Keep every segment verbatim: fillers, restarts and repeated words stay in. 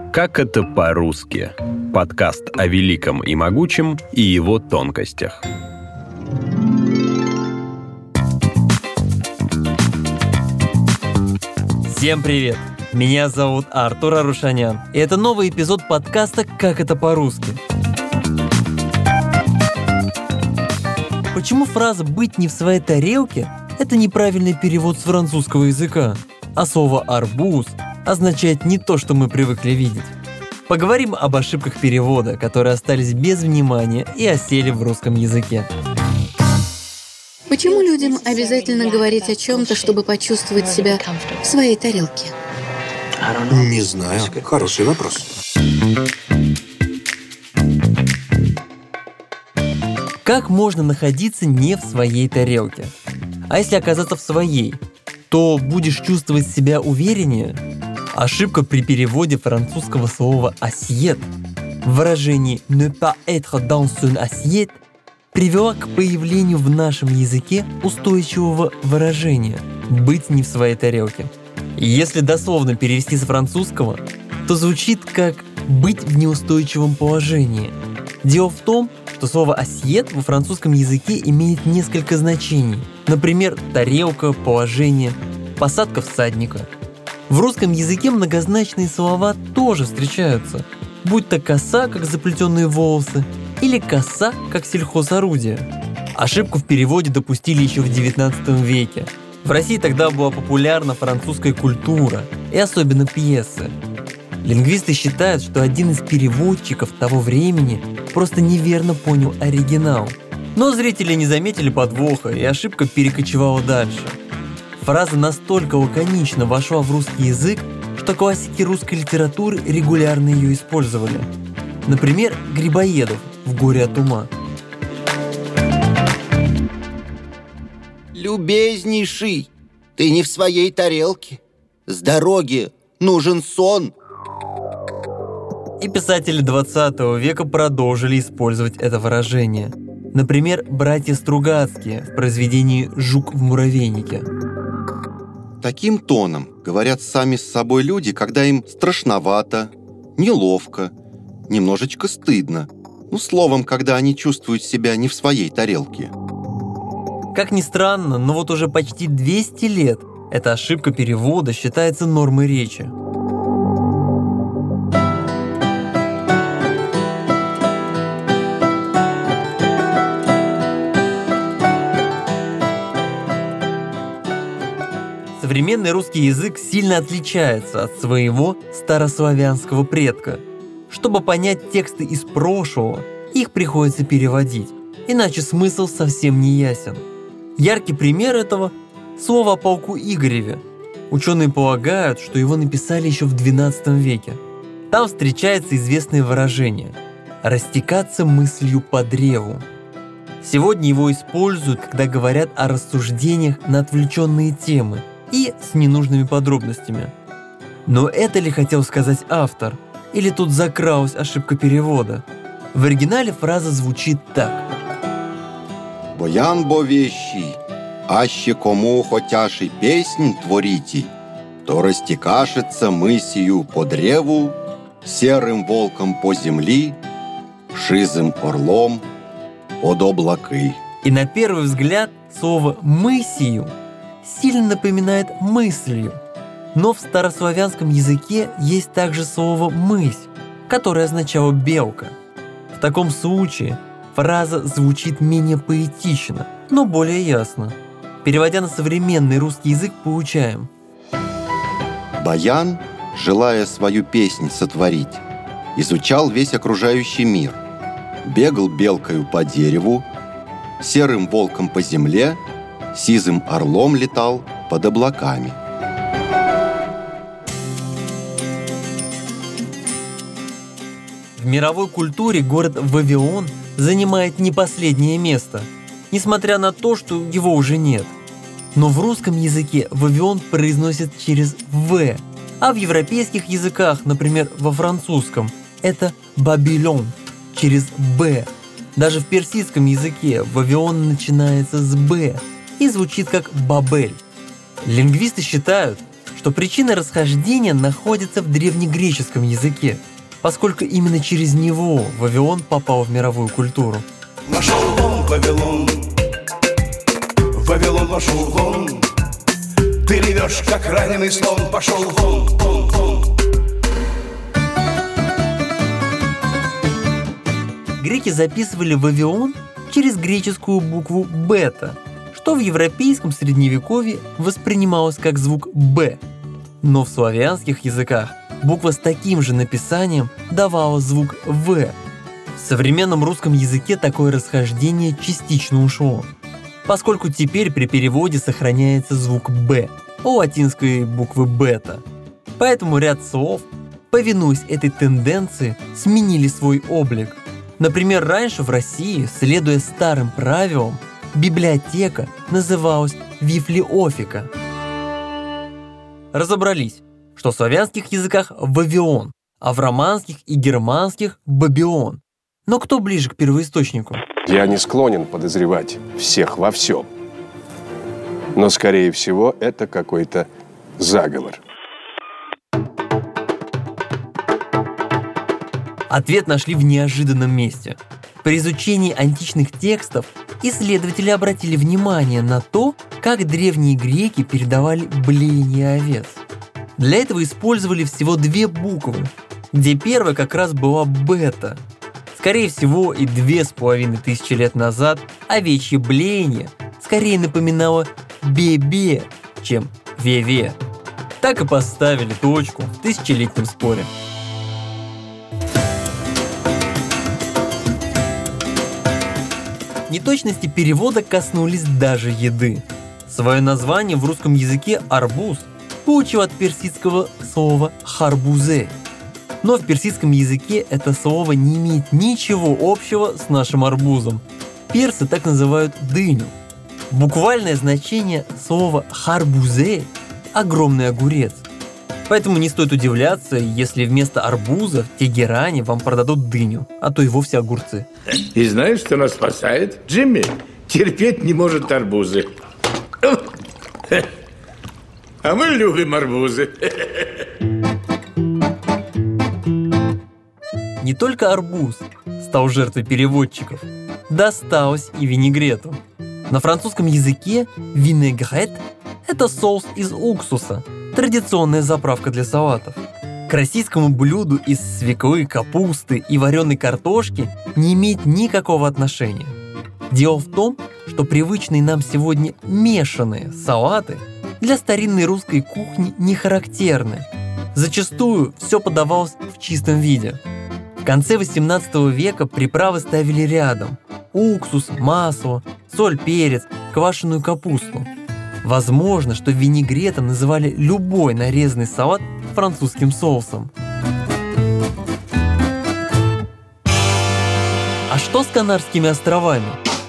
Как это по-русски? Подкаст о великом и могучем и его тонкостях. Всем привет! Меня зовут Артур Арушанян, и это новый эпизод подкаста «Как это по-русски». Почему фраза «быть не в своей тарелке» — это неправильный перевод с французского языка, а слово «арбуз» означает не то, что мы привыкли видеть? Поговорим об ошибках перевода, которые остались без внимания и осели в русском языке. Почему людям обязательно говорить о чем-то, чтобы почувствовать себя в своей тарелке? Не знаю. Хороший вопрос. Как можно находиться не в своей тарелке? А если оказаться в своей, то будешь чувствовать себя увереннее? Ошибка при переводе французского слова «assiette» в выражении «ne pas être dans son assiette» привела к появлению в нашем языке устойчивого выражения «быть не в своей тарелке». Если дословно перевести с французского, то звучит как «быть в неустойчивом положении». Дело в том, что слово «assiette» во французском языке имеет несколько значений. Например, тарелка, положение, посадка всадника. В русском языке многозначные слова тоже встречаются, будь то коса, как заплетенные волосы, или коса, как сельхозорудие. Ошибку в переводе допустили еще в девятнадцатом веке. В России тогда была популярна французская культура, и особенно пьесы. Лингвисты считают, что один из переводчиков того времени просто неверно понял оригинал. Но зрители не заметили подвоха, и ошибка перекочевала дальше. Фраза настолько лаконично вошла в русский язык, что классики русской литературы регулярно ее использовали. Например, Грибоедов в «Горе от ума». Любезнейший, ты не в своей тарелке. С дороги нужен сон. И писатели двадцатого века продолжили использовать это выражение. Например, братья Стругацкие в произведении «Жук в муравейнике». Таким тоном говорят сами с собой люди, когда им страшновато, неловко, немножечко стыдно. Ну, словом, когда они чувствуют себя не в своей тарелке. Как ни странно, но вот уже почти двести лет эта ошибка перевода считается нормой речи. Современный русский язык сильно отличается от своего старославянского предка. Чтобы понять тексты из прошлого, их приходится переводить, иначе смысл совсем не ясен. Яркий пример этого – слово о полку Игореве. Ученые полагают, что его написали еще в двенадцатом веке. Там встречается известное выражение «растекаться мыслью по древу». Сегодня его используют, когда говорят о рассуждениях на отвлеченные темы и с ненужными подробностями. Но это ли хотел сказать автор? Или тут закралась ошибка перевода? В оригинале фраза звучит так. «Боян бо вещий, аще кому хотяши песнь творите, то растекашется мысью по древу, серым волком по земли, шизым орлом под облаки». И на первый взгляд слово «мысью» сильно напоминает «мыслью». Но в старославянском языке есть также слово «мысь», которое означало «белка». В таком случае фраза звучит менее поэтично, но более ясно. Переводя на современный русский язык, получаем: Баян, желая свою песнь сотворить, изучал весь окружающий мир, бегал белкою по дереву, серым волком по земле, сизым орлом летал под облаками. В мировой культуре город Вавилон занимает не последнее место, несмотря на то, что его уже нет. Но в русском языке Вавилон произносят через «в», а в европейских языках, например, во французском, это «Бабилон» через «б». Даже в персидском языке Вавилон начинается с «б» и звучит как «Бабель». Лингвисты считают, что причина расхождения находится в древнегреческом языке, поскольку именно через него Вавилон попал в мировую культуру. Вошел вон Вавилон, Вавилон вошел вон, ты ревешь, как раненый слон, пошел вон, вон, вон. Греки записывали Вавилон через греческую букву бета, что в европейском средневековье воспринималось как звук «б». Но в славянских языках буква с таким же написанием давала звук «в». В современном русском языке такое расхождение частично ушло, поскольку теперь при переводе сохраняется звук «б» у латинской буквы «бета». Поэтому ряд слов, повинуясь этой тенденции, сменили свой облик. Например, раньше в России, следуя старым правилам, библиотека называлась «вифлеофика». Разобрались, что в славянских языках «Вавион», а в романских и германских «Бабион». Но кто ближе к первоисточнику? Я не склонен подозревать всех во всем. Но, скорее всего, это какой-то заговор. Ответ нашли в неожиданном месте. При изучении античных текстов исследователи обратили внимание на то, как древние греки передавали блеяние овец. Для этого использовали всего две буквы, где первая как раз была бета. Скорее всего, и две с половиной тысячи лет назад овечье блеяние скорее напоминало бе-бе, чем ве-ве. Так и поставили точку в тысячелетнем споре. Неточности перевода коснулись даже еды. Свое название в русском языке арбуз получил от персидского слова харбузе. Но в персидском языке это слово не имеет ничего общего с нашим арбузом. Персы так называют дыню. Буквальное значение слова харбузе – огромный огурец. Поэтому не стоит удивляться, если вместо арбуза в Тегеране вам продадут дыню, а то и вовсе огурцы. И знаешь, что нас спасает? Джимми терпеть не может арбузы. А мы любим арбузы. Не только арбуз стал жертвой переводчиков, досталось и винегрету. На французском языке винегрет – это соус из уксуса, традиционная заправка для салатов. К российскому блюду из свеклы, капусты и вареной картошки не имеет никакого отношения. Дело в том, что привычные нам сегодня мешанные салаты для старинной русской кухни не характерны. Зачастую все подавалось в чистом виде. В конце восемнадцатого века приправы ставили рядом: уксус, масло, соль, перец, квашеную капусту. Возможно, что винегретом называли любой нарезанный салат французским соусом. А что с Канарскими островами?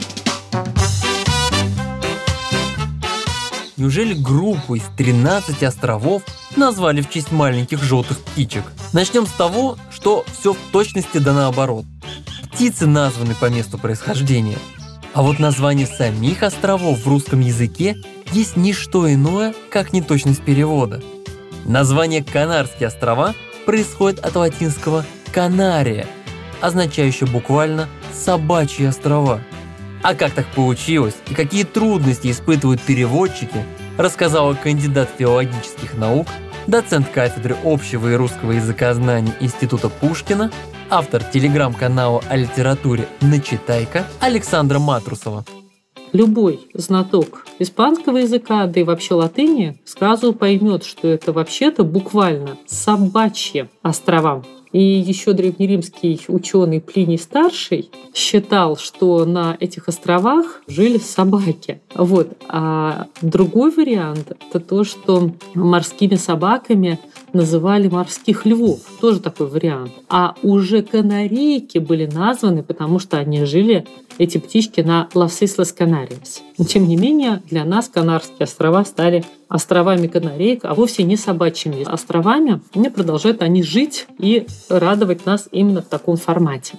Неужели группу из тринадцати островов назвали в честь маленьких желтых птичек? Начнем с того, что все в точности да наоборот. Птицы названы по месту происхождения. А вот название самих островов в русском языке есть не что иное, как неточность перевода. Название Канарские острова происходит от латинского «канария», означающего буквально «собачьи острова». А как так получилось и какие трудности испытывают переводчики, рассказала кандидат филологических наук, доцент кафедры общего и русского языкознаний Института Пушкина, автор телеграм-канала о литературе «Начитайка» Александра Матрусова. Любой знаток испанского языка, да и вообще латыни, сразу поймет, что это вообще-то буквально собачьи острова. И еще древнеримский ученый Плиний Старший считал, что на этих островах жили собаки. Вот. А другой вариант – это то, что морскими собаками называли морских львов. Тоже такой вариант. А уже канарейки были названы, потому что они жили, эти птички, на Las Islas Canarias. Но, тем не менее, для нас Канарские острова стали островами канареек, а вовсе не собачьими островами. И продолжают они жить и радовать нас именно в таком формате.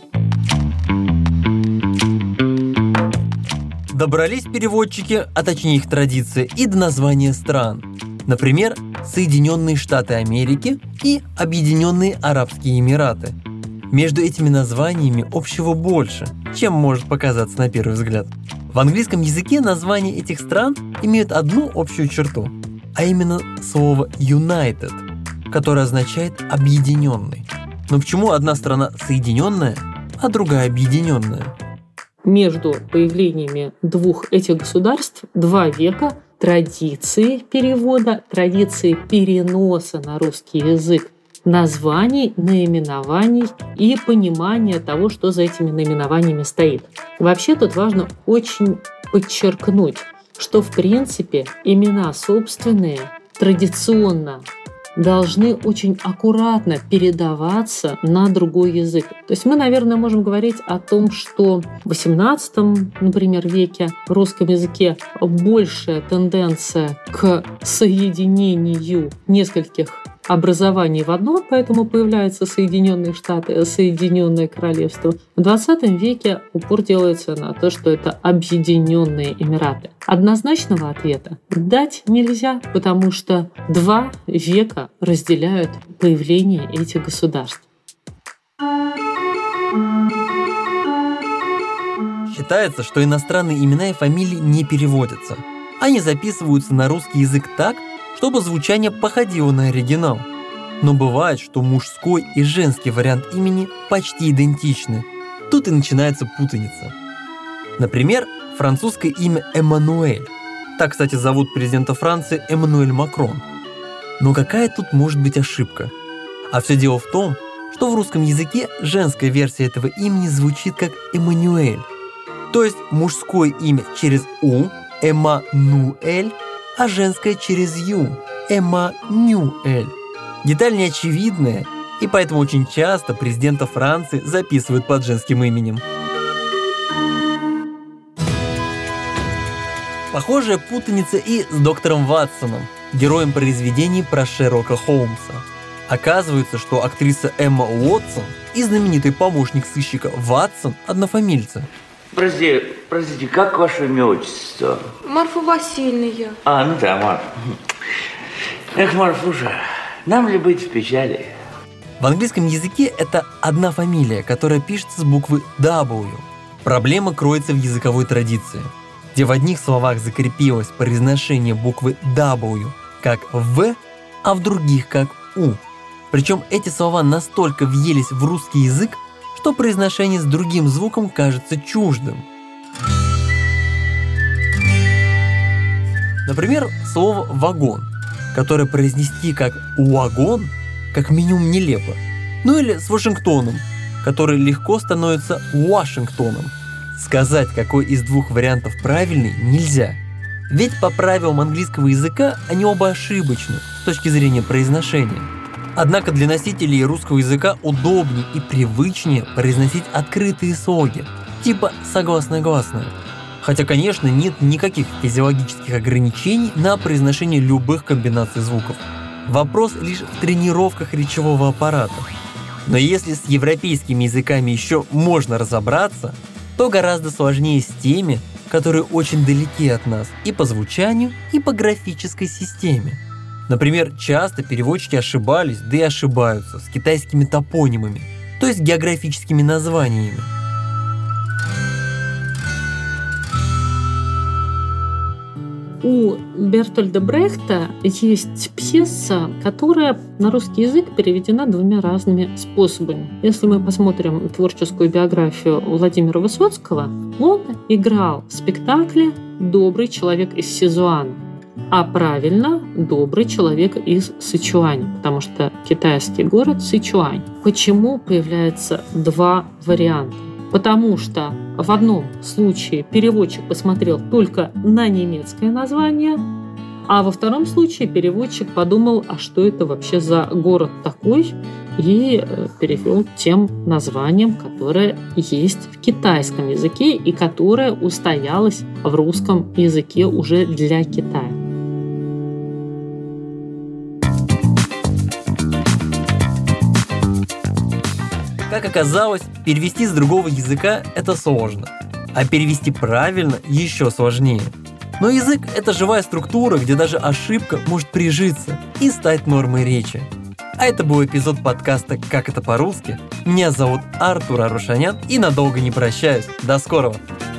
Добрались переводчики, а точнее их традиции, и до названия стран. Например, Соединенные Штаты Америки и Объединенные Арабские Эмираты. Между этими названиями общего больше, чем может показаться на первый взгляд. В английском языке названия этих стран имеют одну общую черту, а именно слово «united», которое означает «объединенный». Но почему одна страна соединенная, а другая объединенная? Между появлениями двух этих государств два века традиции перевода, традиции переноса на русский язык названий, наименований и понимания того, что за этими наименованиями стоит. Вообще тут важно очень подчеркнуть, что в принципе имена собственные традиционно должны очень аккуратно передаваться на другой язык. То есть мы, наверное, можем говорить о том, что в восемнадцатом, например, веке в русском языке большая тенденция к соединению нескольких образований в одно, поэтому появляются Соединенные Штаты, Соединенное Королевство. В двадцатом веке упор делается на то, что это Объединенные Эмираты. Однозначного ответа дать нельзя, потому что два века разделяют появление этих государств. Считается, что иностранные имена и фамилии не переводятся. Они записываются на русский язык так, чтобы звучание походило на оригинал. Но бывает, что мужской и женский вариант имени почти идентичны. Тут и начинается путаница. Например, французское имя Эммануэль. Так, кстати, зовут президента Франции Эммануэль Макрон. Но какая тут может быть ошибка? А все дело в том, что в русском языке женская версия этого имени звучит как Эммануэль. То есть мужское имя через У – Эммануэль, а женское через Ю – Эмманюэль. Деталь неочевидная, и поэтому очень часто президента Франции записывают под женским именем. Похожая путаница и с доктором Ватсоном, героем произведений про Шерлока Холмса. Оказывается, что актриса Эмма Уотсон и знаменитый помощник сыщика Ватсон однофамильцы. Прости, простите, как ваше имя, отчество? Марфа Васильевна я. А, ну да, Марфа. Эх, Марфуша, нам ли быть в печали? В английском языке это одна фамилия, которая пишется с буквы W. Проблема кроется в языковой традиции, где в одних словах закрепилось произношение буквы W как В, а в других как У. Причем эти слова настолько въелись в русский язык, что произношение с другим звуком кажется чуждым. Например, слово «вагон», которое произнести как «уагон» как минимум нелепо. Ну или с Вашингтоном, который легко становится Вашингтоном. Сказать, какой из двух вариантов правильный, нельзя. Ведь по правилам английского языка они оба ошибочны с точки зрения произношения. Однако для носителей русского языка удобнее и привычнее произносить открытые слоги, типа согласное-гласное. Хотя, конечно, нет никаких физиологических ограничений на произношение любых комбинаций звуков. Вопрос лишь в тренировках речевого аппарата. Но если с европейскими языками еще можно разобраться, то гораздо сложнее с теми, которые очень далеки от нас и по звучанию, и по графической системе. Например, часто переводчики ошибались, да и ошибаются, с китайскими топонимами, то есть географическими названиями. У Бертольда Брехта есть пьеса, которая на русский язык переведена двумя разными способами. Если мы посмотрим творческую биографию Владимира Высоцкого, он играл в спектакле «Добрый человек из Сизуана», а правильно «Добрый человек из Сычуань», потому что китайский город Сычуань. Почему появляется два варианта? Потому что в одном случае переводчик посмотрел только на немецкое название, а во втором случае переводчик подумал, а что это вообще за город такой, и перевел тем названием, которое есть в китайском языке и которое устоялось в русском языке уже для Китая. Как оказалось, перевести с другого языка – это сложно, а перевести правильно еще сложнее. Но язык – это живая структура, где даже ошибка может прижиться и стать нормой речи. А это был эпизод подкаста «Как это по-русски?». Меня зовут Артур Арушанян, и надолго не прощаюсь. До скорого!